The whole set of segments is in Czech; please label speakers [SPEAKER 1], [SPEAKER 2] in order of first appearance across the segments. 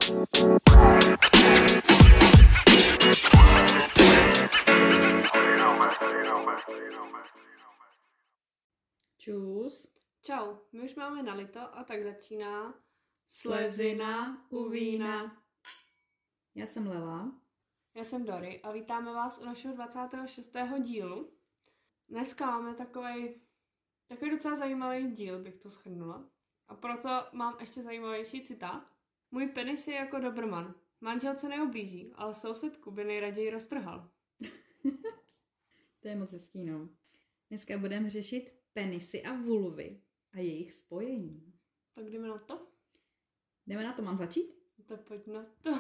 [SPEAKER 1] Čus.
[SPEAKER 2] Čau, my už máme nalito a tak začíná
[SPEAKER 1] Slezina u vína. Já jsem Lela.
[SPEAKER 2] Já jsem Dory a vítáme vás u našeho 26. dílu. Dneska máme takový docela zajímavý díl, bych to shrnula. A proto mám ještě zajímavější citát. Můj penis je jako Doberman. Manželce neublíží, ale sousedku by nejraději roztrhal.
[SPEAKER 1] To je moc hezký, no. Dneska budeme řešit penisy a vulvy a jejich spojení.
[SPEAKER 2] Tak jdeme na to?
[SPEAKER 1] Jdeme na to, mám začít?
[SPEAKER 2] Tak pojď na to.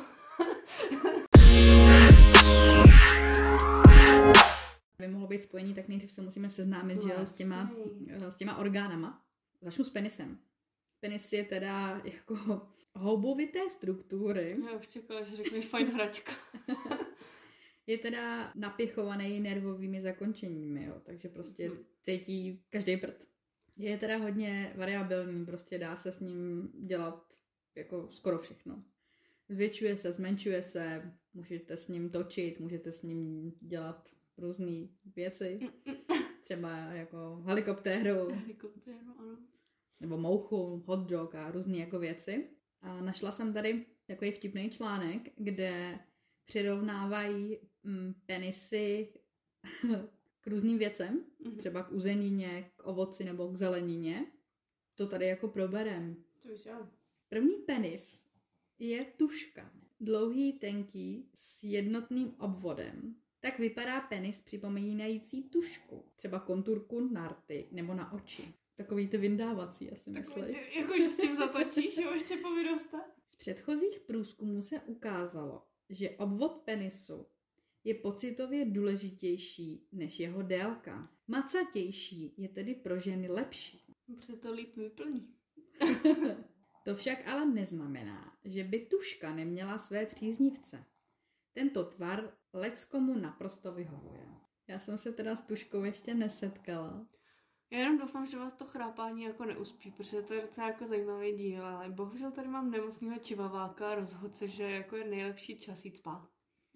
[SPEAKER 1] Aby mohlo být spojení, tak nejdřív se musíme seznámit, že s těma orgánama. Začnu s penisem. Penis je teda jako houbovité struktury.
[SPEAKER 2] Já už čekala, že řekneš fajn hračka.
[SPEAKER 1] Je teda napěchovaný nervovými zakončeními, jo, takže prostě cítí každý prd. Je teda hodně variabilní, prostě dá se s ním dělat jako skoro všechno. Zvětšuje se, zmenšuje se, můžete s ním točit, můžete s ním dělat různé věci, třeba jako helikoptéru,
[SPEAKER 2] ano.
[SPEAKER 1] nebo mouchu, hot dog a různé jako věci. A našla jsem tady takový vtipný článek, kde přirovnávají penisy k různým věcem, třeba k uzenině, k ovoci nebo k zelenině. To tady jako proberem. První penis je tuška. Dlouhý, tenký, s jednotným obvodem. Tak vypadá penis připomínající tušku. Třeba konturku na rty nebo na oči. Takový ty vyndávací, asi myslím.
[SPEAKER 2] Jakože s tím zatočíš, jo, ještě povyrostá.
[SPEAKER 1] Z předchozích průzkumů se ukázalo, že obvod penisu je pocitově důležitější než jeho délka. Macatější je tedy pro ženy lepší.
[SPEAKER 2] Protože to líp vyplní.
[SPEAKER 1] To však ale neznamená, že by tuška neměla své příznivce. Tento tvar leckomu naprosto vyhovuje. Já jsem se teda s tuškou ještě nesetkala.
[SPEAKER 2] Já jenom doufám, že vás to chrápání jako neuspí, protože to je docela jako zajímavý díl, ale bohužel tady mám nemocného čivaváka a rozhodl se, že jako je nejlepší čas jít spát.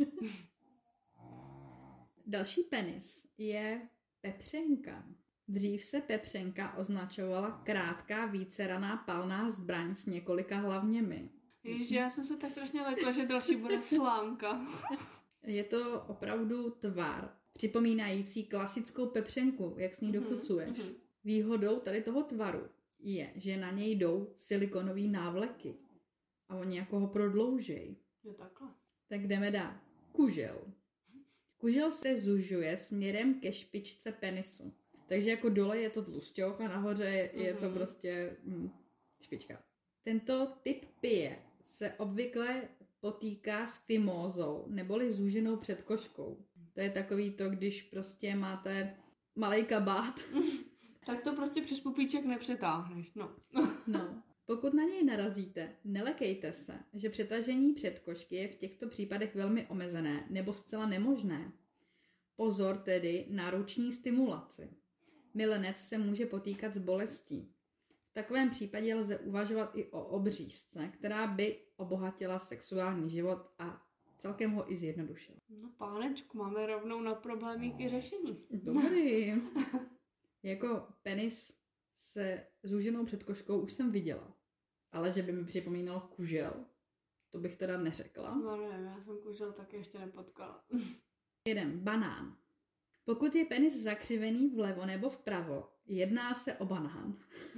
[SPEAKER 1] Další penis je pepřenka. Dřív se pepřenka označovala krátká víceraná palná zbraň s několika hlavněmi.
[SPEAKER 2] Ježiš, já jsem se tak strašně lekla, že další bude slánka.
[SPEAKER 1] Je to opravdu tvar připomínající klasickou pepřenku, jak s ní dochucuješ. Výhodou tady toho tvaru je, že na něj jdou silikonové návleky a oni jako ho prodloužej.
[SPEAKER 2] Jo, takhle.
[SPEAKER 1] Tak jdeme dál. Kužel. Kužel se zužuje směrem ke špičce penisu. Takže jako dole je to tlusťoch a nahoře je to prostě špička. Tento typ pije se obvykle potýká s fimózou neboli zúženou předkoškou. To je takový to, když prostě máte malej kabát.
[SPEAKER 2] Tak to prostě přes pupíček nepřetáhneš, no.
[SPEAKER 1] No. Pokud na něj narazíte, nelekejte se, že přetažení předkošky je v těchto případech velmi omezené nebo zcela nemožné. Pozor tedy na ruční stimulaci. Milenec se může potýkat s bolestí. V takovém případě lze uvažovat i o obřízce, která by obohatila sexuální život a celkem ho i zjednodušila.
[SPEAKER 2] No pánečku, máme rovnou na problémy k řešení.
[SPEAKER 1] Dobrý. Jako penis se zúženou předkoškou už jsem viděla. Ale že by mi připomínal kužel, to bych teda neřekla.
[SPEAKER 2] No nevím, já jsem kužel taky ještě nepotkala.
[SPEAKER 1] Jedem, banán. Pokud je penis zakřivený vlevo nebo vpravo, jedná se o banán.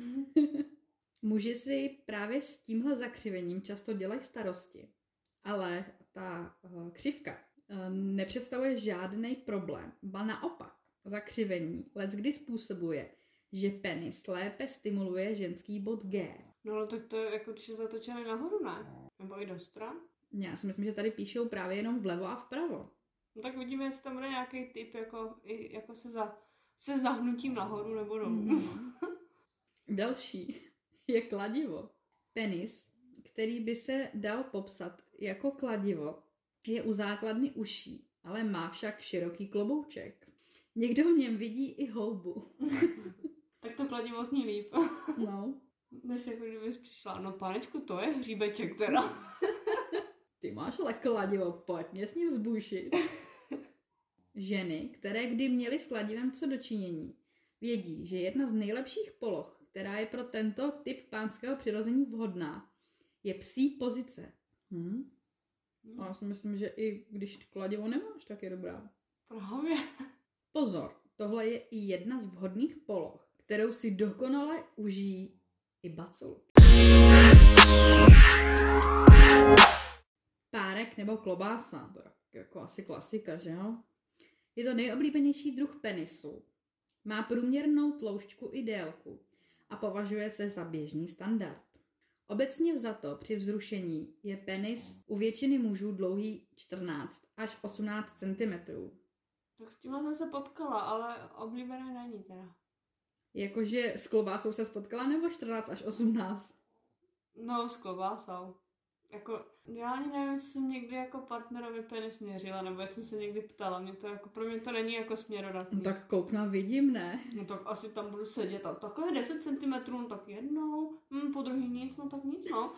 [SPEAKER 1] Muži si právě s tímhle zakřivením často dělají starosti. Ale ta křivka nepředstavuje žádný problém. Ba naopak, zakřivení leckdy způsobuje, že penis lépe stimuluje ženský bod G.
[SPEAKER 2] No ale tak to je jako, když je zatočený nahoru, ne? Nebo i do stran?
[SPEAKER 1] Já si myslím, že tady píšou právě jenom vlevo a vpravo.
[SPEAKER 2] No tak vidíme, jestli tam bude nějaký typ jako se zahnutím nahoru nebo dolů.
[SPEAKER 1] Další je kladivo. Penis, který by se dal popsat jako kladivo, je u základny uší, ale má však široký klobouček. Někdo v něm vidí i houbu.
[SPEAKER 2] Tak to kladivo zní líp.
[SPEAKER 1] No.
[SPEAKER 2] Než jako kdybys přišla, no pánečku, to je hříbeček teda.
[SPEAKER 1] máš ale kladivo, pojď mě s ním zbušit. Ženy, které kdy měly s kladivem co dočinění, vědí, že jedna z nejlepších poloh, která je pro tento typ pánského přirození vhodná, je psí pozice. A já si myslím, že i když kladivo nemáš, tak je dobrá.
[SPEAKER 2] Právě.
[SPEAKER 1] Pozor, tohle je i jedna z vhodných poloh, kterou si dokonale užijí i bacul. Párek nebo klobása, to je jako asi klasika, že jo? Je to nejoblíbenější druh penisu. Má průměrnou tloušťku i délku a považuje se za běžný standard. Obecně vzato při vzrušení je penis u většiny mužů dlouhý 14 až 18 cm.
[SPEAKER 2] Tak s tímhle jsem se potkala, ale oblíbené není teda.
[SPEAKER 1] Jakože s klobásou se spotkala nebo 14 až 18?
[SPEAKER 2] No, s klobásou. Jako, já ani nevím, jestli jsem někdy jako partnerovi penis měřila, nebo jestli jsem se někdy ptala. Mě to jako, pro mě to není jako směrodatný.
[SPEAKER 1] No tak koukna, vidím, ne?
[SPEAKER 2] No tak asi tam budu sedět a takhle 10 cm, no tak jednou, po druhý nic, no tak nic, no.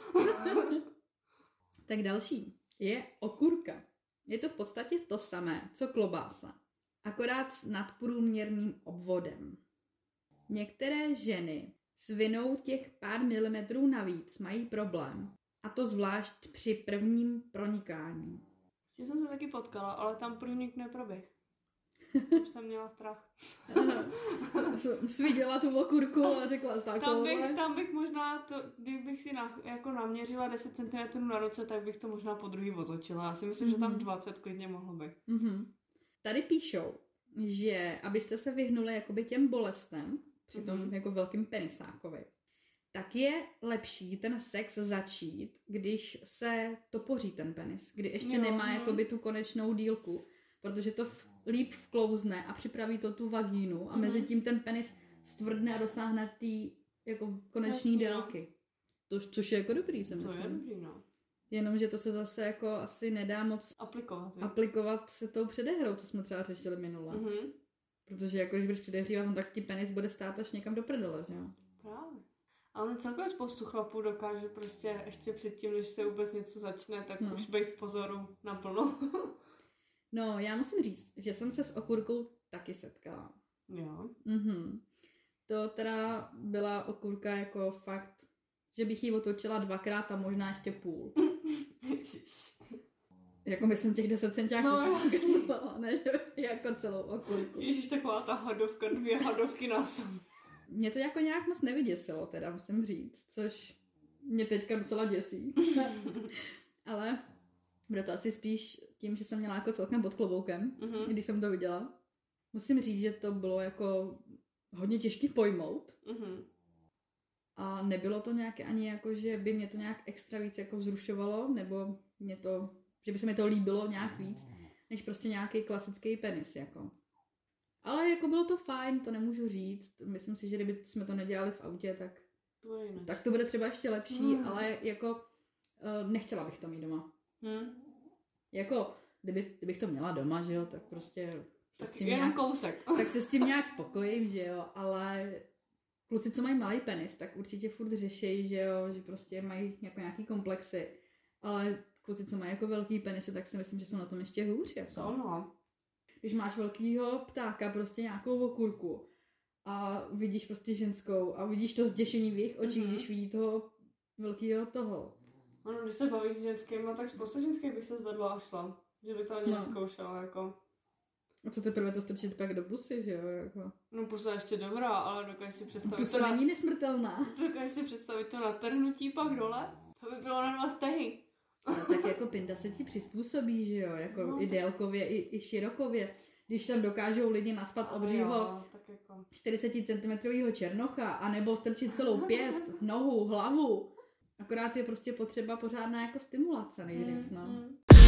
[SPEAKER 1] Tak další je okurka. Je to v podstatě to samé, co klobása, akorát s nadprůměrným obvodem. Některé ženy s vinou těch pár milimetrů navíc mají problém, a to zvlášť při prvním pronikání.
[SPEAKER 2] S tím jsem se taky potkala, ale tam průnik neproběh. Jsem měla strach.
[SPEAKER 1] Sviděla tu okurku a řekla tak
[SPEAKER 2] tam bych možná, kdybych si jako naměřila 10 cm na ruce, tak bych to možná po druhý otočila. Já si myslím, že tam 20 klidně mohlo být.
[SPEAKER 1] Tady píšou, že abyste se vyhnuli jakoby těm bolestem při tom jako velkým penisákovi, tak je lepší ten sex začít, když se topoří ten penis, kdy ještě nemá jakoby tu konečnou dílku, protože to líp vklouzne a připraví to tu vagínu a mezi tím ten penis stvrdne a dosáhne té jako koneční délky. Což je jako dobrý, jsem myslím.
[SPEAKER 2] To je dobrý, no.
[SPEAKER 1] Jenomže to se zase jako asi nedá moc aplikovat se tou předehrou, co jsme třeba řešili minule. Protože jako, když budeš předehřívat, tak ti penis bude stát až někam do prdele, že jo?
[SPEAKER 2] Právě. Ale celkově spoustu chlapů dokáže prostě ještě předtím, než se vůbec něco začne, tak už být v pozoru naplno.
[SPEAKER 1] No, já musím říct, že jsem se s okurkou taky setkala.
[SPEAKER 2] Jo.
[SPEAKER 1] To teda byla okurka jako fakt, že bych ji otočila 2krát a možná ještě půl. Jako myslím těch 10 centiáků, co jsem kazovala, ne, že jako celou okurku.
[SPEAKER 2] Ježíš, taková ta hadovka, 2 hadovky na sobě.
[SPEAKER 1] Mě to jako nějak moc nevyděsilo, teda musím říct, což mě teďka docela děsí. Ale bude to asi spíš tím, že jsem měla jako celkem pod kloboukem, když jsem to viděla. Musím říct, že to bylo jako hodně těžký pojmout. A nebylo to nějak ani jako, že by mě to nějak extra víc jako vzrušovalo, nebo mě to, že by se mi to líbilo nějak víc, než prostě nějaký klasický penis, jako. Ale jako bylo to fajn, to nemůžu říct. Myslím si, že kdyby jsme to nedělali v autě, tak to bude třeba ještě lepší, ale jako nechtěla bych to mít doma. Jako, kdybych to měla doma, že jo, tak prostě...
[SPEAKER 2] Tak jenom kousek.
[SPEAKER 1] Tak se s tím nějak spokojím, že jo, ale kluci, co mají malý penis, tak určitě furt řeší, že jo, že prostě mají jako nějaký komplexy, ale kluci, co mají jako velký penisy, tak si myslím, že jsou na tom ještě hůř, jako.
[SPEAKER 2] No.
[SPEAKER 1] Když máš velkýho ptáka, prostě nějakou okurku a vidíš prostě ženskou a vidíš to zděšení v jejich očích, když vidí toho velkýho toho.
[SPEAKER 2] Ano, když se bavíš s ženskýma, tak spousta ženských bych se zvedla a šla. Že by to ani neskoušela, jako.
[SPEAKER 1] A co teprve to strčit pak do pusy, že jo, jako.
[SPEAKER 2] No pusa ještě dobrá, ale dokážeš si představit
[SPEAKER 1] pusa to není nesmrtelná.
[SPEAKER 2] Dokážeš si představit to natrhnutí pak dole? To by bylo na 2 stehy.
[SPEAKER 1] Tak jako pinda se ti přizpůsobí, že jo, jako i délkově, i širokově. Když tam dokážou lidi naspat obřího 40 cm černocha, anebo strčit celou pěst, nohu, hlavu. Akorát je prostě potřeba pořádná jako stimulace nejdřív, no.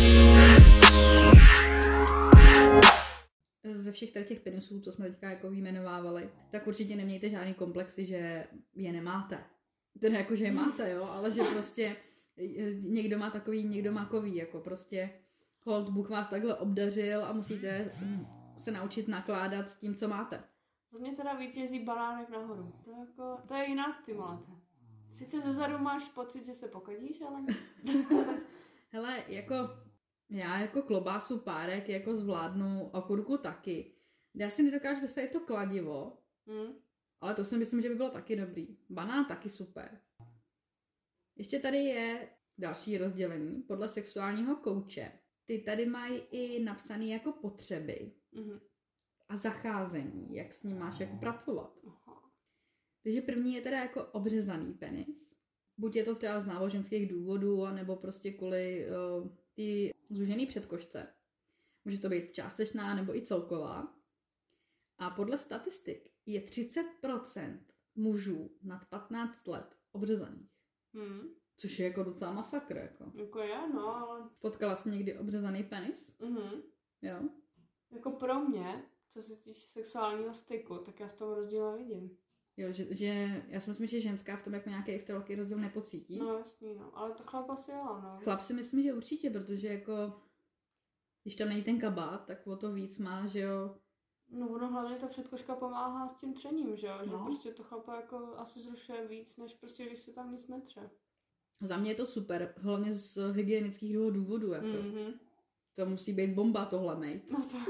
[SPEAKER 1] Ze všech těch penisů, co jsme teďka jako vyjmenovávali, tak určitě nemějte žádný komplexy, že je nemáte. Teda jako, že je máte, jo, ale že prostě někdo má takový, někdo má kový, jako prostě hold, Bůh vás takhle obdařil a musíte se naučit nakládat s tím, co máte.
[SPEAKER 2] Za mě teda vítězí banánek nahoru. To je jiná stimulace. Sice zezadu máš pocit, že se pokadíš, ale...
[SPEAKER 1] Hele, jako já jako klobásu párek jako zvládnu a kurku taky. Já si nedokážu představit to kladivo, ale to si myslím, že by bylo taky dobrý. Banán taky super. Ještě tady je další rozdělení podle sexuálního kouče. Ty tady mají i napsaný jako potřeby a zacházení, jak s ním máš jako pracovat. Takže první je teda jako obřezaný penis. Buď je to třeba z náboženských důvodů, anebo prostě kvůli ty zúžený předkošce. Může to být částečná nebo i celková. A podle statistik je 30% mužů nad 15 let obřezaných. Což je jako docela masakr.
[SPEAKER 2] Jako je, no, ale...
[SPEAKER 1] Potkala jsi někdy obřezaný penis? Jo.
[SPEAKER 2] Jako pro mě, co se týče sexuálního styku, tak já v tom rozdíl nevidím.
[SPEAKER 1] Jo, že já si myslím, že ženská v tom jako nějaký extra velký rozdíl nepocítí.
[SPEAKER 2] No jasný, no, ale to chlap asi jo, no.
[SPEAKER 1] Chlap si myslím, že určitě, protože jako, když tam není ten kabát, tak o to víc má, že jo.
[SPEAKER 2] No ono hlavně ta předkoška pomáhá s tím třením, že jo,
[SPEAKER 1] No.
[SPEAKER 2] že prostě to chlapa jako asi zrušuje víc, než prostě když se tam nic netře.
[SPEAKER 1] Za mě je to super, hlavně z hygienických důvodů, jako. To musí být bomba tohle, mate.
[SPEAKER 2] No to...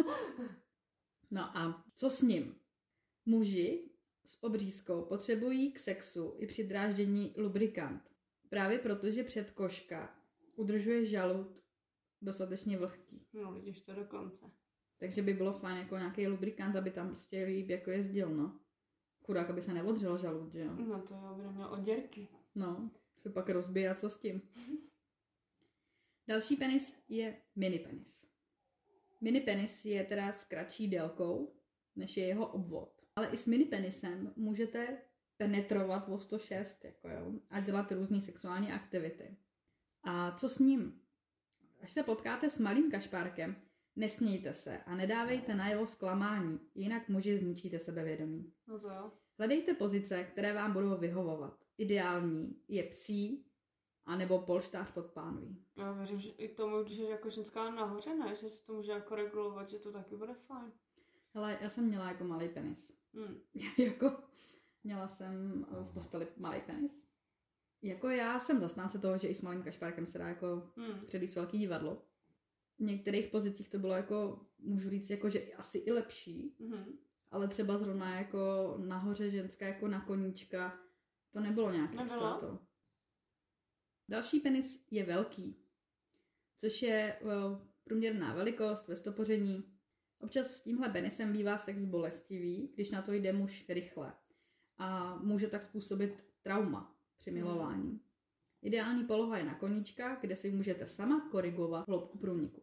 [SPEAKER 1] No a co s ním? Muži s obřízkou potřebují k sexu i při dráždění lubrikant. Právě protože předkoška udržuje žalud dostatečně vlhký.
[SPEAKER 2] No vidíš to dokonce.
[SPEAKER 1] Takže by bylo fajn jako nějaký lubrikant, aby tam prostě líp jako jezdil, no. Chudák, aby se neodřel žalud, že jo?
[SPEAKER 2] No to jo, bude měl oděrky.
[SPEAKER 1] No, se pak rozbije a co s tím? Další penis je mini penis. Mini penis je teda s kratší délkou, než je jeho obvod. Ale i s mini penisem můžete penetrovat o 106, jako jo, a dělat různé sexuální aktivity. A co s ním? Až se potkáte s malým kašpárkem, nesmějte se a nedávejte na jeho zklamání, jinak muži zničíte sebevědomí.
[SPEAKER 2] No to jo.
[SPEAKER 1] Hledejte pozice, které vám budou vyhovovat. Ideální je psí anebo polštář pod pánví.
[SPEAKER 2] Já věřím, že i tomu, když je jako ženská nahoře, ne? Že se to může jako regulovat, že to taky bude fajn.
[SPEAKER 1] Hele, já jsem měla jako malý penis. Jako měla jsem v posteli malý penis. Jako já jsem zastánce toho, že i s malým kašpárkem se dá jako předjíst velký divadlo. V některých pozicích to bylo jako, můžu říct, jako, že asi i lepší, ale třeba zrovna jako nahoře ženská jako na koníčka, to nebylo nějaké extra to. Další penis je velký, což je průměrná velikost ve stopoření. Občas s tímhle penisem bývá sex bolestivý, když na to jde muž rychle. A může tak způsobit trauma při milování. Ideální poloha je na koníčka, kde si můžete sama korigovat hloubku průniku.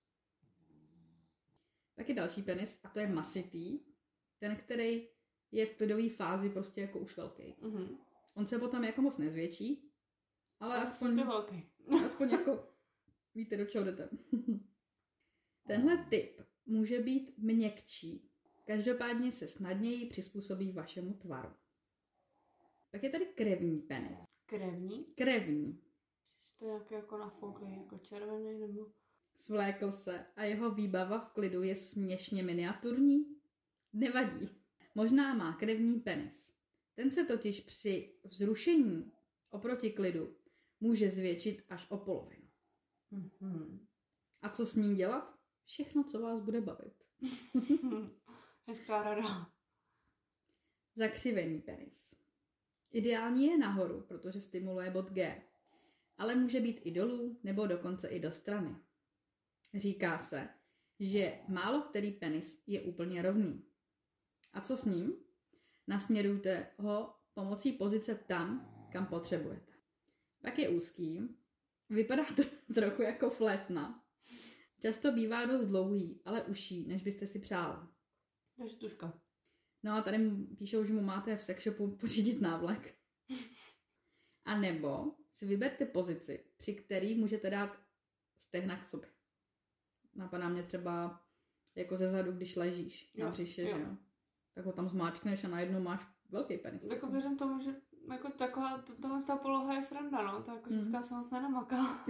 [SPEAKER 1] Taky další penis, a to je masitý, ten, který je v klidové fázi prostě jako už velký. On se potom jako moc nezvětší, ale aspoň jako víte, do čeho jdete. Tenhle typ může být měkčí, každopádně se snadněji přizpůsobí vašemu tvaru. Tak je tady krevní penis.
[SPEAKER 2] Krevní?
[SPEAKER 1] Krevní.
[SPEAKER 2] To je nějaký jako nafouklý, jako červený nebo...
[SPEAKER 1] Svlékl se a jeho výbava v klidu je směšně miniaturní? Nevadí. Možná má krevní penis. Ten se totiž při vzrušení oproti klidu může zvětšit až o polovinu. A co s ním dělat? Všechno, co vás bude bavit.
[SPEAKER 2] Hezká rada.
[SPEAKER 1] Zakřivený penis. Ideální je nahoru, protože stimuluje bod G. Ale může být i dolů, nebo dokonce i do strany. Říká se, že málo který penis je úplně rovný. A co s ním? Nasměrujte ho pomocí pozice tam, kam potřebujete. Pak je úzký, vypadá to trochu jako flétna. Často bývá dost dlouhý, ale užší, než byste si přála.
[SPEAKER 2] Takže tuška.
[SPEAKER 1] No a tady píšou, že mu máte v sexshopu pořídit návlek. A nebo si vyberte pozici, při který můžete dát stehna k sobě. Napadá mě třeba jako ze zadu, když ležíš na břiše, že jo. Tak ho tam zmáčkneš a najednou máš velký penis.
[SPEAKER 2] Tak věřím tomu, že jako taková, tahle poloha je sranda, no. To jako ženská samotná namaká.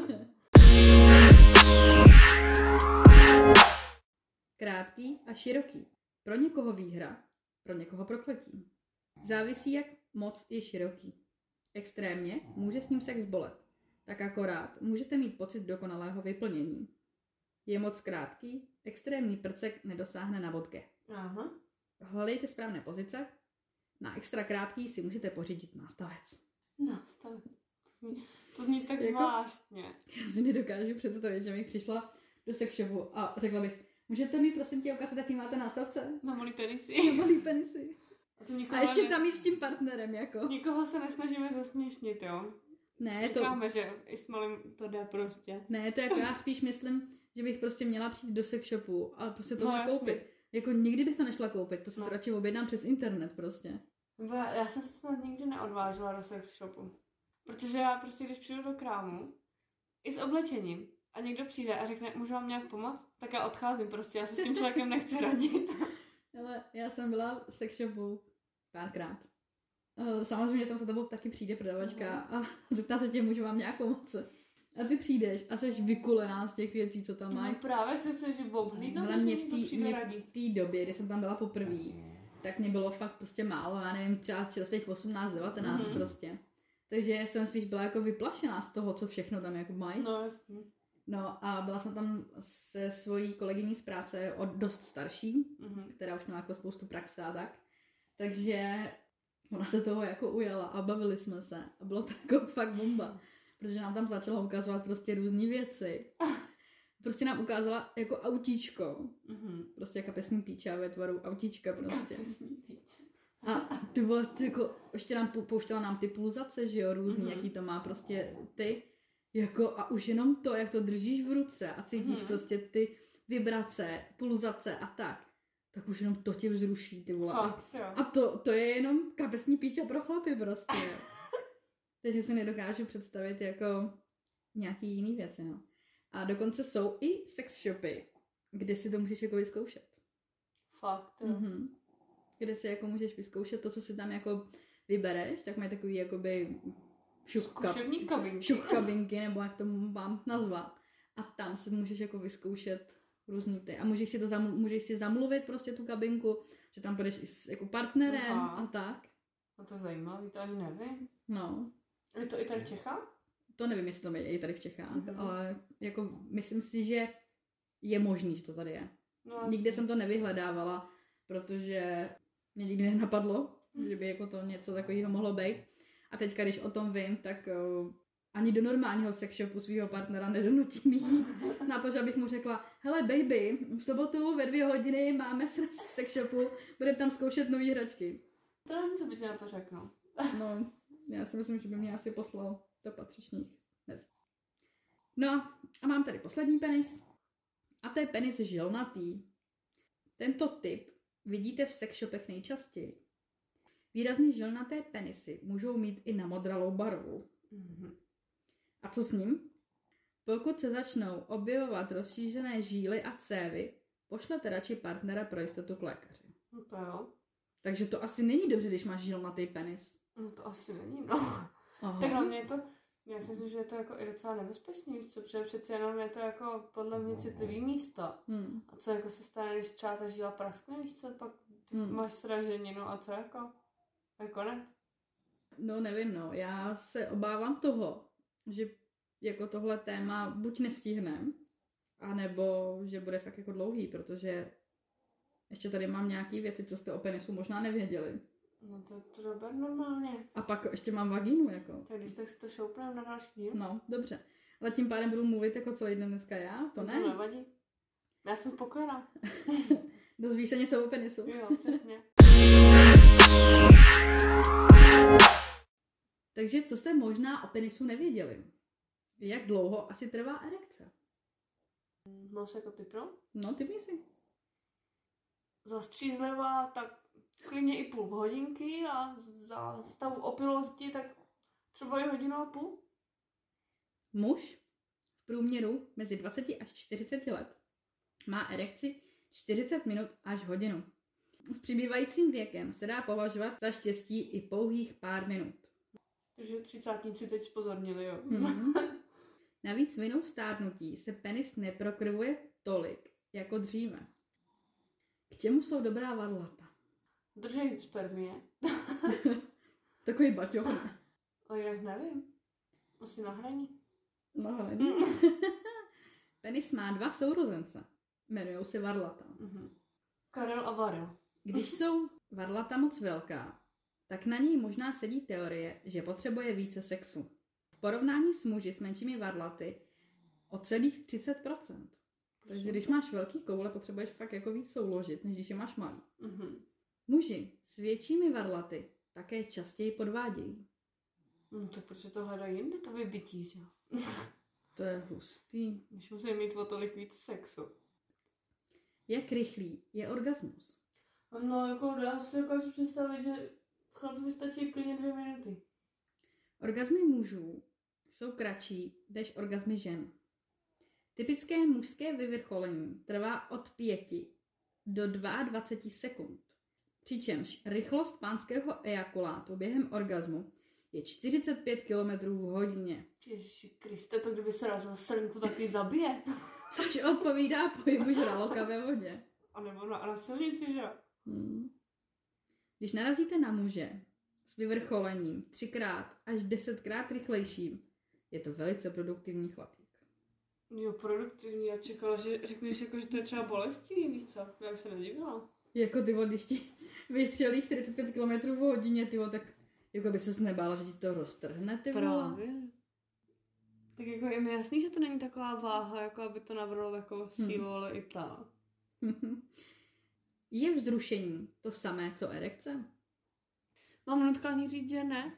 [SPEAKER 1] Krátký a široký. Pro někoho výhra, pro někoho prokletí. Závisí, jak moc je široký. Extrémně může s ním sex bolet. tak akorát můžete mít pocit dokonalého vyplnění. Je moc krátký, extrémní prcek nedosáhne na bodke.
[SPEAKER 2] Aha.
[SPEAKER 1] Hledejte správné pozice. Na extra krátký si můžete pořídit nástavec.
[SPEAKER 2] Nástavec. To zní tak
[SPEAKER 1] Jako-
[SPEAKER 2] zvláštně.
[SPEAKER 1] Já si nedokážu představit, že bych přišla do sex shopu a řekla bych, můžete mi prosím tě ukázat, jaký máte nástavce?
[SPEAKER 2] Na malý penisy.
[SPEAKER 1] Na malý penisy.
[SPEAKER 2] To nikoho
[SPEAKER 1] A ještě tam jít s tím partnerem, jako.
[SPEAKER 2] Nikoho se nesnažíme zesměšnit, jo?
[SPEAKER 1] Ne, to,
[SPEAKER 2] Říkáme, že i s malým to jde prostě.
[SPEAKER 1] ne, to jako já spíš myslím, že bych prostě měla přijít do sex shopu a prostě tohle
[SPEAKER 2] jasně.
[SPEAKER 1] koupit. Jako nikdy bych to nešla koupit, to si
[SPEAKER 2] No.
[SPEAKER 1] to radši objednám přes internet prostě.
[SPEAKER 2] Nebo já jsem se snad nikdy neodvážila do sex shopu. Protože já prostě, když přijdu do krámu, i s oblečením, a někdo přijde a řekne, můžu vám nějak pomoct? Tak já odcházím prostě, já se s tím člověkem nechci radit.
[SPEAKER 1] Ale já jsem byla v sex shopu párkrát. Samozřejmě tam za tebou taky přijde prodavačka a zeptá se tě, můžu vám nějak pomoct. A ty přijdeš a jsi vykulená z těch věcí, co tam mají.
[SPEAKER 2] No právě se chci, že obhlídám,
[SPEAKER 1] Ale
[SPEAKER 2] že
[SPEAKER 1] mě
[SPEAKER 2] někdo přijde radit.
[SPEAKER 1] v té době, kdy jsem tam byla poprvé, tak mě bylo fakt prostě málo, já nevím, třeba svých 18, 19 prostě. Takže jsem spíš byla jako vyplašená z toho, co všechno tam jako mají.
[SPEAKER 2] No jasně.
[SPEAKER 1] No a byla jsem tam se svojí kolegyní z práce dost starší, která už měla jako spoustu praxe a tak. Takže ona se toho jako ujala a bavili jsme se. A bylo to jako fakt bomba. Protože nám tam začala ukazovat prostě různé věci. Prostě nám ukázala jako autíčko. Prostě jako kapesní píča ve tvaru autíčka prostě. A ty vole, ty jako, ještě nám pouštěla nám ty pulzace, že jo, různý, jaký to má prostě ty. Jako a už jenom to, jak to držíš v ruce a cítíš prostě ty vibrace, pulzace a tak už jenom to tě vzruší, ty vole.
[SPEAKER 2] Fakt, jo.
[SPEAKER 1] A to je jenom kapesní píča pro chlapy prostě. Takže si nedokážu představit jako nějaký jiný věci, no. A dokonce jsou i sex shopy, kde si to můžeš jako vyzkoušet.
[SPEAKER 2] Fakt, jo.
[SPEAKER 1] Kde si jako můžeš vyzkoušet to, co si tam jako vybereš, tak mají takový jakoby
[SPEAKER 2] Zkušební kabinky.
[SPEAKER 1] šuchkabinky, nebo jak to mám nazvat. A tam si můžeš jako vyzkoušet různý ty. A můžeš si zamluvit prostě tu kabinku, že tam budeš i s jako partnerem a tak.
[SPEAKER 2] A to je zajímavý, to ani nevím.
[SPEAKER 1] No.
[SPEAKER 2] Je to i tady v Čechách?
[SPEAKER 1] To nevím, jestli to je i tady v Čechách, ale jako myslím si, že je možný, že to tady je.
[SPEAKER 2] No,
[SPEAKER 1] Nikde jsem to nevyhledávala, protože mě nikdy nenapadlo, že by jako to něco takového mohlo být. A teďka, když o tom vím, tak ani do normálního sex shopu svého partnera nedonutím jít na to, že abych mu řekla, hele baby, v sobotu ve 2 hodiny máme sraz v sex shopu, budeme tam zkoušet nový hračky.
[SPEAKER 2] To nevím, co by ti na to řekl.
[SPEAKER 1] No, já si myslím, že by mě asi poslal do patřičných mezí. No a mám tady poslední penis. A to je penis žilnatý. Tento typ vidíte v sex shopech nejčastěji. Výrazně žilnaté penisy můžou mít i namodralou barvu. A co s ním? Pokud se začnou objevovat rozšířené žíly a cévy, pošlete radši partnera pro jistotu k lékaři.
[SPEAKER 2] No to jo.
[SPEAKER 1] Takže to asi není dobře, když máš žilnatý penis.
[SPEAKER 2] No to asi není, no.
[SPEAKER 1] Aha.
[SPEAKER 2] Tak hlavně je to, já si myslím, že je to jako i docela nebezpečný, víš co, protože přeci jenom je to jako podle mě citlivý místo. A co jako se stane, když třeba ta žíla praskne, víš co, pak ty máš sraženinu a co jako? A konec.
[SPEAKER 1] No nevím, no. Já se obávám toho, že jako tohle téma buď nestihneme, anebo že bude fakt jako dlouhý, protože ještě tady mám nějaký věci, co jste o penisu možná nevěděli.
[SPEAKER 2] No to dober normálně.
[SPEAKER 1] A pak ještě mám vagínu, jako.
[SPEAKER 2] Tak když tak si to šoupneme na další díl.
[SPEAKER 1] No, dobře. Ale tím pádem budu mluvit jako celý den dneska já, to ne?
[SPEAKER 2] To nevadí. Já jsem spokojená.
[SPEAKER 1] Dozví se něco o penisu.
[SPEAKER 2] Jo, přesně.
[SPEAKER 1] Takže co jste možná o penisu nevěděli? Jak dlouho asi trvá erekce?
[SPEAKER 2] Máš jako ty pro?
[SPEAKER 1] No, typni si.
[SPEAKER 2] Zastřízlivá, tak klidně i půl hodinky a za stavu opilosti tak třeba i 1,5 hodiny.
[SPEAKER 1] Muž v průměru mezi 20 až 40 let má erekci 40 minut až hodinu. S přibývajícím věkem se dá považovat za štěstí i pouhých pár minut.
[SPEAKER 2] Takže 30 teď spozornili, jo.
[SPEAKER 1] Navíc vinou stárnutí se penis neprokrvuje tolik jako dříve. K čemu jsou dobrá vadlata?
[SPEAKER 2] Držej spermie.
[SPEAKER 1] Takový baťoch.
[SPEAKER 2] Ale jinak nevím. Asi na hraní.
[SPEAKER 1] No, hele. Penis má 2 sourozence. Jmenujou se varlata.
[SPEAKER 2] Karel a Varel.
[SPEAKER 1] Když jsou varlata moc velká, tak na ní možná sedí teorie, že potřebuje více sexu. V porovnání s muži s menšími varlaty o celých 30%. Takže když máš velký koule, potřebuješ fakt jako víc souložit, než když je máš malý. Muži s většími varlaty také častěji podvádějí.
[SPEAKER 2] No tak proč to hledají jinde, to vybití, že jo?
[SPEAKER 1] To je hustý.
[SPEAKER 2] Když musí mít o tolik víc sexu.
[SPEAKER 1] Jak rychlý je orgasmus?
[SPEAKER 2] No, jako já si dokážu představit, že chlapovi stačí klidně 2 minuty.
[SPEAKER 1] Orgasmy mužů jsou kratší než orgasmy žen. Typické mužské vyvrcholení trvá od 5 do 22 sekund. Přičemž rychlost pánského ejakulátu během orgasmu je 45 km v hodině.
[SPEAKER 2] Ježiši Kriste, to kdyby se razil srnku, tak ji zabije.
[SPEAKER 1] Což odpovídá pohybu žraloka ve vodě.
[SPEAKER 2] A nebo na silnici, že?
[SPEAKER 1] Když narazíte na muže s vyvrcholením 3x až 10x rychlejším, je to velice produktivní chlapík.
[SPEAKER 2] Jo, produktivní. Já čekala, že řekneš, jako, že to je třeba bolestivý, víš co? Já bych se nedivila.
[SPEAKER 1] Jako ty když ti vystřelí 45 km v hodině, tyvo, tak jako by ses nebála, že ti to roztrhne, ty vole.
[SPEAKER 2] Právě. Tak jako je mi jasný, že to není taková váha, jako aby to nabralo takovou sílu, ale i ta.
[SPEAKER 1] Je vzrušení to samé, co erekce?
[SPEAKER 2] Mám nutkání říct, že ne.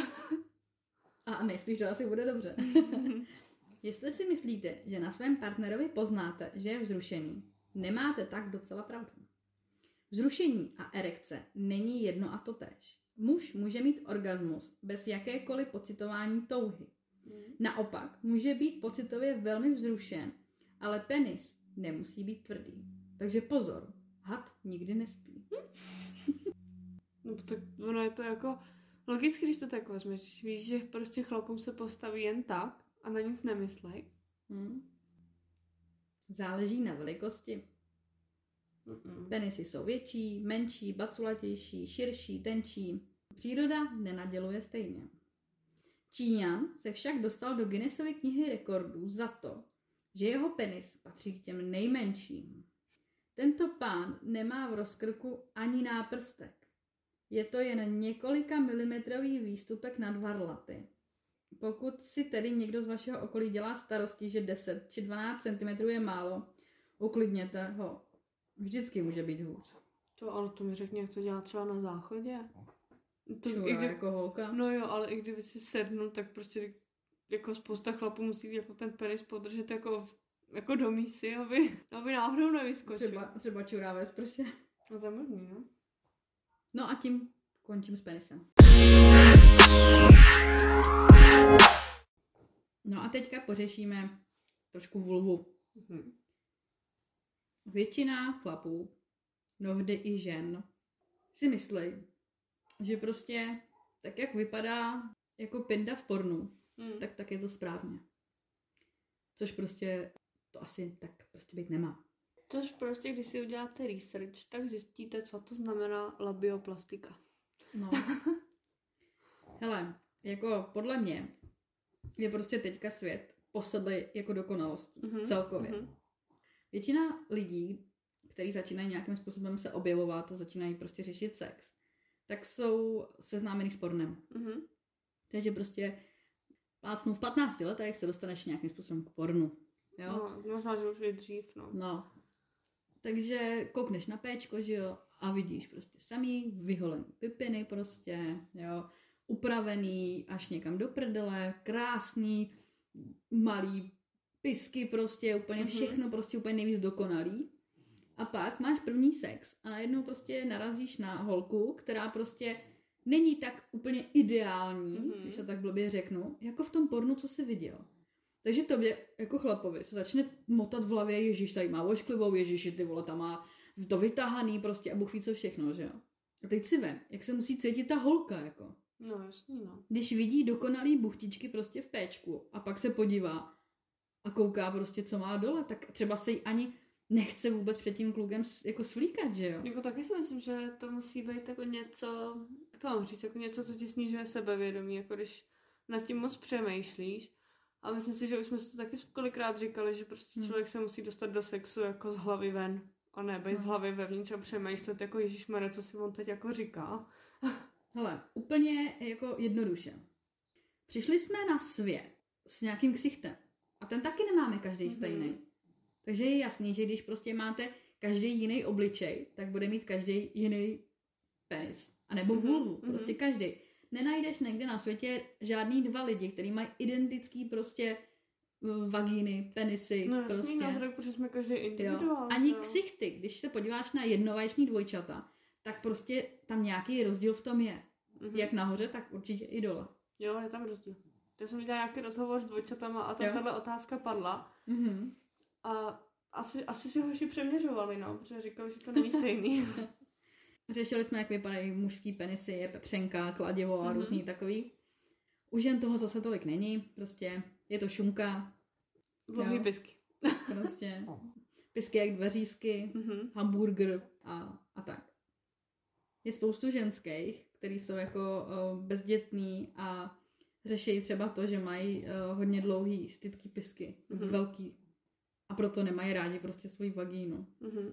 [SPEAKER 1] A nejspíš to asi bude dobře. Jestli si myslíte, že na svém partnerovi poznáte, že je vzrušený, nemáte tak docela pravdu. Vzrušení a erekce není jedno a totéž. Muž může mít orgasmus bez jakékoliv pocitování touhy. Naopak může být pocitově velmi vzrušen, ale penis nemusí být tvrdý. Takže pozor, had nikdy nespí.
[SPEAKER 2] No tak ono je to jako logicky, když to tak vezmeš. Víš, že prostě chlapům se postaví jen tak a na nic nemyslej.
[SPEAKER 1] Záleží na velikosti. Penisy jsou větší, menší, baculatější, širší, tenčí. Příroda nenaděluje stejně. Číňan se však dostal do Guinnessovy knihy rekordů za to, že jeho penis patří k těm nejmenším. Tento pán nemá v rozkrku ani náprstek. Je to jen několika milimetrový výstupek nad varlaty. Pokud si tedy někdo z vašeho okolí dělá starosti, že 10 či 12 cm je málo, uklidněte ho. Vždycky může být hůř.
[SPEAKER 2] To, ale to mi řekni, jak to dělá třeba na záchodě. To,
[SPEAKER 1] Čura, jako holka.
[SPEAKER 2] No jo, ale i kdyby si sednul, tak prostě jako spousta chlapů musí jako ten penis podržet jako do mísy, aby náhodou nevyskočil.
[SPEAKER 1] Třeba čurá ve sprše.
[SPEAKER 2] No to je možný, no.
[SPEAKER 1] No a tím končím s penisem. No a teďka pořešíme trošku vulvu. Většina chlapů, mnohdy i žen, si myslí, že prostě tak, jak vypadá jako pinda v pornu, tak je to správně. Což prostě to asi tak prostě být nemá.
[SPEAKER 2] Což prostě, když si uděláte research, tak zjistíte, co to znamená labioplastika.
[SPEAKER 1] No. Hele, jako podle mě je prostě teďka svět posedlý jako dokonalostí. Celkově. Většina lidí, kteří začínají nějakým způsobem se objevovat a začínají prostě řešit sex, tak jsou seznámení s pornem. Takže prostě plácnu v 15 letech se dostaneš nějakým způsobem k pornu. Jo?
[SPEAKER 2] No, možná, že už je dřív, no.
[SPEAKER 1] No. Takže koukneš na péčko, že jo, a vidíš prostě samý vyholený pipiny prostě, jo, upravený až někam do prdele, krásný, malý pisky prostě, úplně všechno prostě úplně nejvíc dokonalý. A pak máš první sex a najednou prostě narazíš na holku, která prostě není tak úplně ideální, když to tak blbě řeknu, jako v tom pornu, co jsi viděl. Takže tobě jako chlapovi se začne motat v hlavě, ježiš, tady má ošklivou, ježiši, ty vole, tam má to vytahaný prostě a Bůh ví co všechno, že jo. A teď si vem, jak se musí cítit ta holka, jako.
[SPEAKER 2] No jasný, no.
[SPEAKER 1] Když vidí dokonalý buchtičky prostě v péčku a pak se podívá a kouká prostě, co má dole, tak třeba se jí ani nechce vůbec před tím klukem jako svlíkat, že jo.
[SPEAKER 2] Jako taky si myslím, že to musí být jako něco, jak to mám říct, jako něco, co ti snižuje sebevědomí, jako když nad tím moc přemýšlíš A myslím si, že už jsme si to taky kolikrát říkali, že prostě člověk se musí dostat do sexu jako z hlavy ven. A ne být v hlavě vevnitř a přemýšlet jako ježišmarja, co si on teď jako říká.
[SPEAKER 1] Hele, úplně jako jednoduše. Přišli jsme na svět s nějakým ksichtem. A ten taky nemáme každý stejný. Takže je jasný, že když prostě máte každý jiný obličej, tak bude mít každý jiný penis. A nebo vulvu. Prostě každý. Nenajdeš někde na světě žádný dva lidi, kteří mají identický prostě vagíny, penisy.
[SPEAKER 2] No
[SPEAKER 1] prostě.
[SPEAKER 2] jasný, protože jsme každý individuál.
[SPEAKER 1] Ani ksichty. Když se podíváš na jednovaječný dvojčata, tak prostě tam nějaký rozdíl v tom je. Jak nahoře, tak určitě i dole.
[SPEAKER 2] Jo, je tam rozdíl. Já jsem dělala nějaký rozhovor s dvojčatama a tam tahle otázka padla. A asi si hoši přeměřovali, no, protože říkali, že to není stejný.
[SPEAKER 1] Řešili jsme, jak vypadají mužský penisy, je pepřenka, kladivo a různý takový. U žen toho zase tolik není, prostě je to šunka.
[SPEAKER 2] Dlouhý pisky.
[SPEAKER 1] Prostě pisky jak dveřízky, hamburger a tak. Je spoustu ženských, který jsou jako bezdětný a řeší třeba to, že mají hodně dlouhý stytký pisky, velký. A proto nemají rádi prostě svoji vagínu.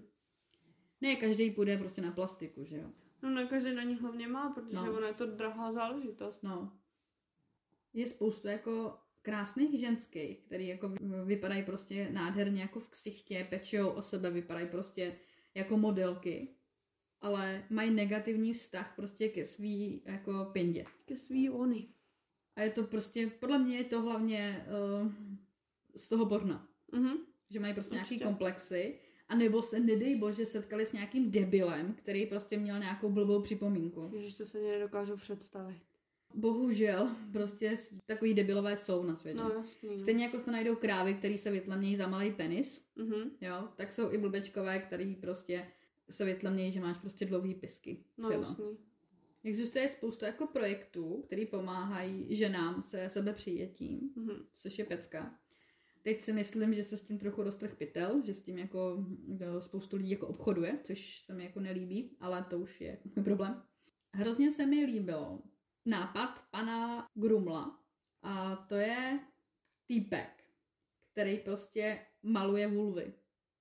[SPEAKER 1] Ne, každý půjde prostě na plastiku, že jo?
[SPEAKER 2] No ne, každý na ní hlavně má, protože ono je to drahá záležitost.
[SPEAKER 1] No. Je spoustu jako krásných ženských, který jako vypadají prostě nádherně jako v ksichtě, pečou o sebe, vypadají prostě jako modelky, ale mají negativní vztah prostě ke svý jako pindě.
[SPEAKER 2] Ke svý ony.
[SPEAKER 1] A je to prostě, podle mě je to hlavně z toho porna. Že mají prostě nějaký komplexy, a nebo se, nedej bože, setkali s nějakým debilem, který prostě měl nějakou blbou připomínku.
[SPEAKER 2] Ježiš, to se nedokážu představit.
[SPEAKER 1] Bohužel, prostě takový debilové jsou na světě.
[SPEAKER 2] No, jasný.
[SPEAKER 1] Stejně jako se najdou krávy, který se vytlemnějí za malý penis, jo, tak jsou i blbečkové, který prostě se vytlemnějí, že máš prostě dlouhý pisky.
[SPEAKER 2] No, jasný.
[SPEAKER 1] Existuje spoustu jako projektů, který pomáhají ženám se sebepřijetím, což je pecka. Teď si myslím, že se s tím trochu roztrh pytel, že s tím jako spoustu lidí jako obchoduje, což se mi jako nelíbí, ale to už je můj problém. Hrozně se mi líbilo nápad pana Grumla a to je týpek, který prostě maluje vulvy.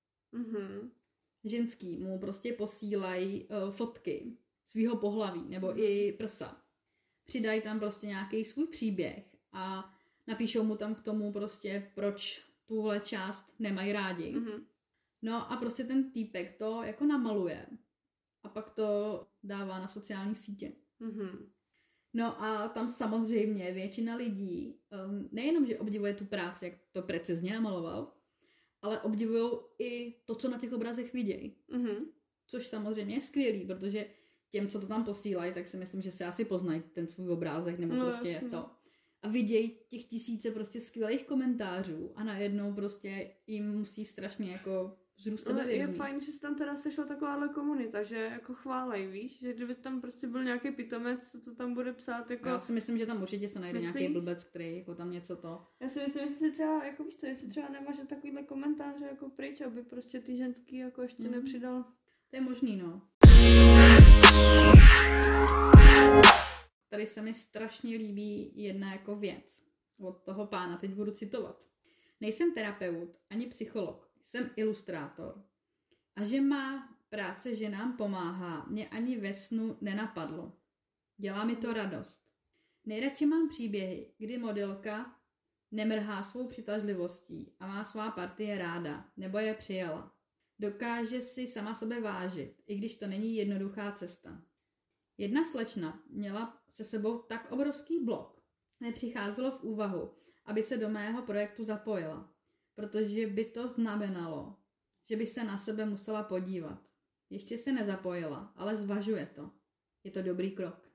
[SPEAKER 1] Ženský mu prostě posílají fotky svýho pohlaví nebo i prsa. Přidají tam prostě nějaký svůj příběh a napíšou mu tam k tomu prostě, proč tuhle část nemají rádi. No a prostě ten týpek to jako namaluje a pak to dává na sociální sítě. No a tam samozřejmě většina lidí nejenom, že obdivuje tu práci, jak to precizně namaloval, ale obdivují i to, co na těch obrazech vidějí. Což samozřejmě je skvělý, protože těm, co to tam posílají, tak si myslím, že se asi poznají ten svůj obrázek, nebo prostě jasný. To. A vidějí těch tisíce prostě skvělých komentářů a najednou prostě jim musí strašně jako vzrůst sebevědomí.
[SPEAKER 2] Je fajn, že se tam teda sešla takováhle komunita, že jako chválej, víš, že kdyby tam prostě byl nějaký pitomec, co tam bude psát jako...
[SPEAKER 1] Já si myslím, že tam určitě se najde nějaký blbec, který jako tam něco to...
[SPEAKER 2] Já si myslím, že si třeba, jako víš co, jestli třeba nemaže takovýhle komentáře jako pryč, aby prostě ty ženský jako ještě nepřidal.
[SPEAKER 1] To je možný, no. Tady se mi strašně líbí jedna jako věc od toho pána, teď budu citovat. Nejsem terapeut ani psycholog, jsem ilustrátor. A že má práce ženám pomáhá, mě ani ve snu nenapadlo. Dělá mi to radost. Nejradši mám příběhy, kdy modelka nemrhá svou přitažlivostí a má svá partie ráda, nebo je přijala. Dokáže si sama sebe vážit, i když to není jednoduchá cesta. Jedna slečna měla se sebou tak obrovský blok, nepřicházelo v úvahu, aby se do mého projektu zapojila, protože by to znamenalo, že by se na sebe musela podívat. Ještě se nezapojila, ale zvažuje to. Je to dobrý krok.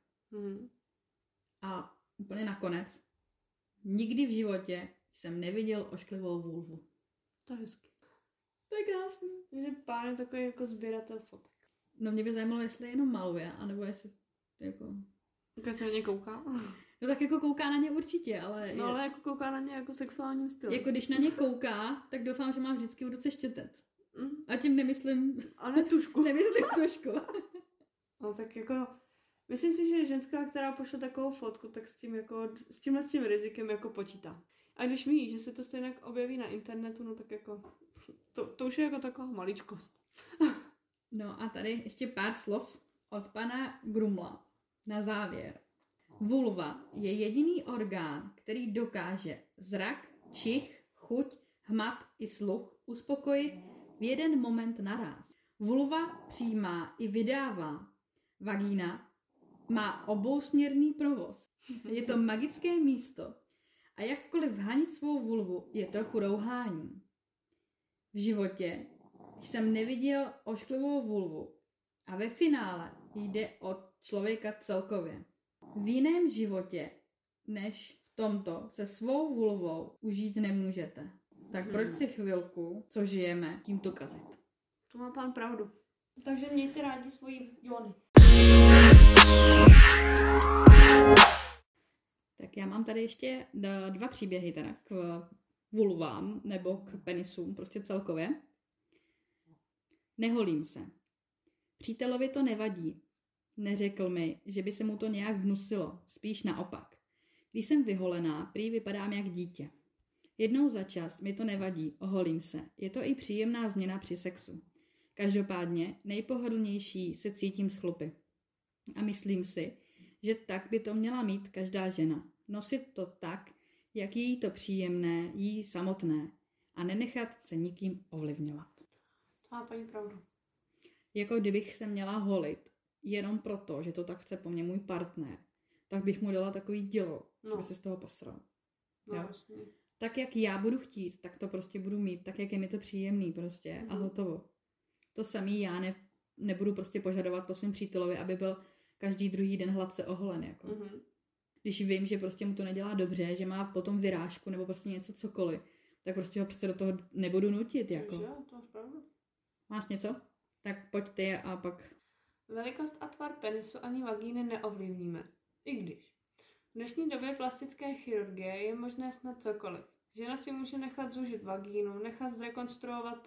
[SPEAKER 1] A úplně nakonec, nikdy v životě jsem neviděl ošklivou vulvu.
[SPEAKER 2] To je hezky.
[SPEAKER 1] To je krásný.
[SPEAKER 2] Takže pán je takový jako sběratel fotek.
[SPEAKER 1] No mě by zajímalo, jestli jenom maluje, anebo jestli jako...
[SPEAKER 2] Tak se na ně kouká.
[SPEAKER 1] No tak jako kouká na ně určitě, ale...
[SPEAKER 2] No ale jako kouká na ně jako sexuálním stylem.
[SPEAKER 1] Jako když na ně kouká, tak doufám, že má vždycky v ruce štětec. A tím nemyslím...
[SPEAKER 2] A ne tušku.
[SPEAKER 1] Nemyslím tušku.
[SPEAKER 2] No tak jako... Myslím si, že ženská, která pošle takovou fotku, tak s tím rizikem jako počítá. A když ví, že se to stejně objeví na internetu, no tak jako, to už je jako taková maličkost.
[SPEAKER 1] No a tady ještě pár slov od pana Grumla na závěr. Vulva je jediný orgán, který dokáže zrak, čich, chuť, hmat i sluch uspokojit v jeden moment naráz. Vulva přijímá i vydává. Vagína má obousměrný provoz. Je to magické místo a jakkoliv hanit svou vulvu je trochu rouhání. V životě jsem neviděl ošklivou vulvu a ve finále jde o člověka celkově. V jiném životě než v tomto se svou vulvou užít nemůžete. Tak proč si chvilku, co žijeme, tímto kazit?
[SPEAKER 2] To má pán pravdu. Takže mějte rádi svoji jony.
[SPEAKER 1] Tak já mám tady ještě 2 příběhy teda k vulvám nebo k penisům, prostě celkově. Neholím se. Přítelovi to nevadí. Neřekl mi, že by se mu to nějak vnusilo, spíš naopak. Když jsem vyholená, prý vypadám jak dítě. Jednou za čas mi to nevadí, oholím se. Je to i příjemná změna při sexu. Každopádně nejpohodlnější se cítím s chlupy. A myslím si, že tak by to měla mít každá žena. Nosit to tak, jak je jí to příjemné, jí samotné. A nenechat se nikým ovlivňovat.
[SPEAKER 2] To má paní pravdu.
[SPEAKER 1] Jako kdybych se měla holit, jenom proto, že to tak chce po mně můj partner, tak bych mu dala takový dělo, aby se z toho posral.
[SPEAKER 2] No, jasně.
[SPEAKER 1] Tak, jak já budu chtít, tak to prostě budu mít, tak, jak je mi to příjemný prostě a hotovo. To samý já nebudu prostě požadovat po svém přítelovi, aby byl každý druhý den hladce oholen, jako. Když vím, že prostě mu to nedělá dobře, že má potom vyrážku nebo prostě něco cokoliv, tak prostě ho přece do toho nebudu nutit, jako.
[SPEAKER 2] Takže to máš pravdu.
[SPEAKER 1] Máš něco? Tak pojď ty a pak...
[SPEAKER 2] Velikost a tvar penisu ani vagíny neovlivníme. I když. V dnešní době plastické chirurgie je možné snad cokoliv. Žena si může nechat zúžit vagínu, nechat zrekonstruovat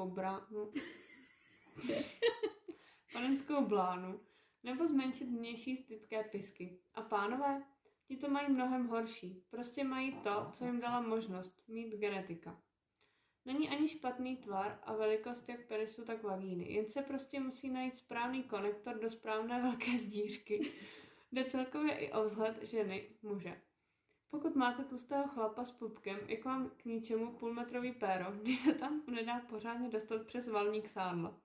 [SPEAKER 2] panenskou blánu, nebo zmenšit vnější stytké pisky. A pánové, ti to mají mnohem horší. Prostě mají to, co jim dala možnost, mít genetika. Není ani špatný tvar a velikost jak penisu, tak vagíny. Jen se prostě musí najít správný konektor do správné velké zdířky. Jde celkově i o vzhled ženy, muže. Pokud máte tlustého chlapa s pupkem, jak vám k ničemu půlmetrový péro, když se tam nedá pořádně dostat přes valník sádla.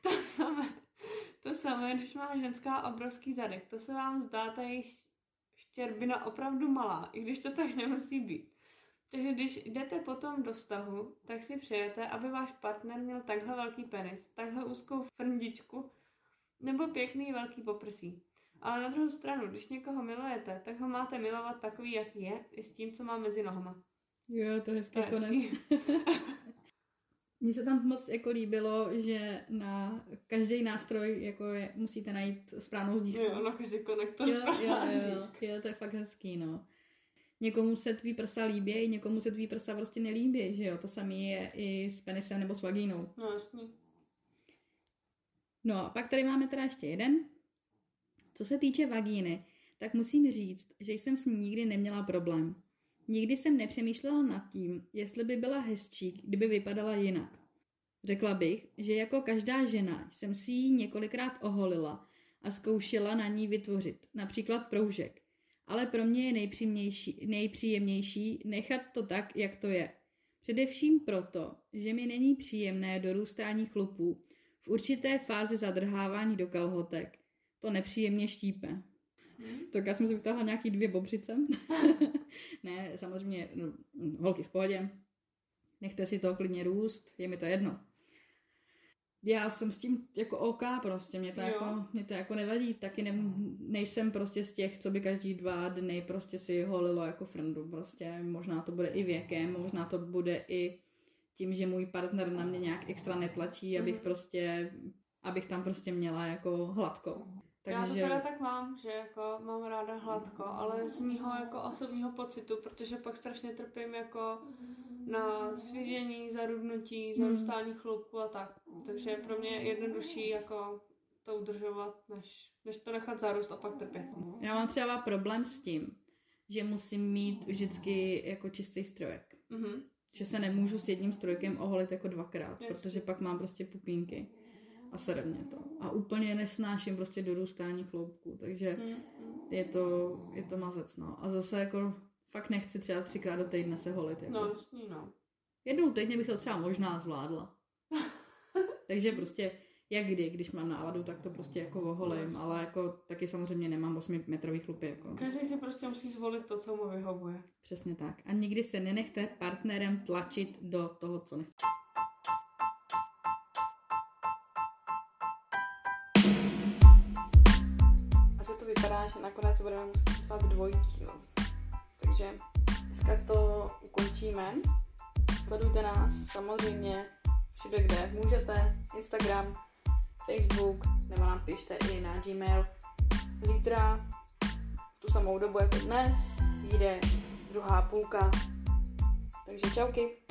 [SPEAKER 2] To samé, když má ženská obrovský zadek. To se vám zdá ta jejich štěrbina opravdu malá, i když to tak nemusí být. Takže když jdete potom do vztahu, tak si přejete, aby váš partner měl takhle velký penis, takhle úzkou frndičku nebo pěkný velký poprsí. Ale na druhou stranu, když někoho milujete, tak ho máte milovat takový, jaký je, i s tím, co má mezi nohama.
[SPEAKER 1] Jo, to je hezký konec. Mně se tam moc jako líbilo, že na každý nástroj jako musíte najít správnou zdířku.
[SPEAKER 2] Jo, na každý konektor
[SPEAKER 1] jo, to je fakt hezký, no. Někomu se tvý prsa líbí, někomu se tvý prsa prostě nelíbí, že jo. To samé je i s penisem nebo s vagínou.
[SPEAKER 2] No, jasně.
[SPEAKER 1] No a pak tady máme teda ještě jeden. Co se týče vagíny, tak musím říct, že jsem s ní nikdy neměla problém. Nikdy jsem nepřemýšlela nad tím, jestli by byla hezčí, kdyby vypadala jinak. Řekla bych, že jako každá žena jsem si ji několikrát oholila a zkoušela na ní vytvořit, například proužek. Ale pro mě je nejpříjemnější nechat to tak, jak to je. Především proto, že mi není příjemné dorůstání chlupů v určité fázi zadrhávání do kalhotek. To nepříjemně štípe. Tak já jsem si vytáhla nějaký 2 bobřice. Ne, samozřejmě, no, holky v pohodě. Nechte si to klidně růst, je mi to jedno. Já jsem s tím jako OK prostě, mě to jako nevadí, taky nejsem prostě z těch, co by každý 2 dny prostě si holilo jako frndu, prostě možná to bude i věkem, možná to bude i tím, že můj partner na mě nějak extra netlačí, abych tam prostě měla jako hladko.
[SPEAKER 2] Takže... Já to teda tak mám, že jako mám ráda hladko, ale z mýho jako osobního pocitu, protože pak strašně trpím jako na svídění, zarudnutí, zarůstání chlupku a tak. Takže pro mě je jednodušší jako to udržovat, než to nechat zarůst a pak trpět.
[SPEAKER 1] Já mám třeba problém s tím, že musím mít vždycky jako čistý strojek.
[SPEAKER 2] Mhm.
[SPEAKER 1] Že se nemůžu s jedním strojkem oholit jako 2krát,
[SPEAKER 2] Jasně.
[SPEAKER 1] protože pak mám prostě pupínky a sere mě to. A úplně nesnáším prostě dorůstání chloupků, takže je to mazec, no. A zase jako fakt nechci třeba 3krát do týdne se holit. Jako.
[SPEAKER 2] No, jasný, no.
[SPEAKER 1] Jednou týdně bych to třeba možná zvládla. Takže prostě jak když mám náladu, tak to prostě jako oholím, ale jako taky samozřejmě nemám 8metrový chlupy. Jako.
[SPEAKER 2] Každý si prostě musí zvolit to, co mu vyhovuje.
[SPEAKER 1] Přesně tak. A nikdy se nenechte partnerem tlačit do toho, co nechce. Asi to vypadá, že nakonec budeme muset dělat 2 díl. Takže dneska to ukončíme. Sledujte nás samozřejmě všude, kde můžete. Instagram, Facebook, nebo nám pište i na Gmail. Zítra v tu samou dobu jako dnes vyjde druhá půlka. Takže čauky.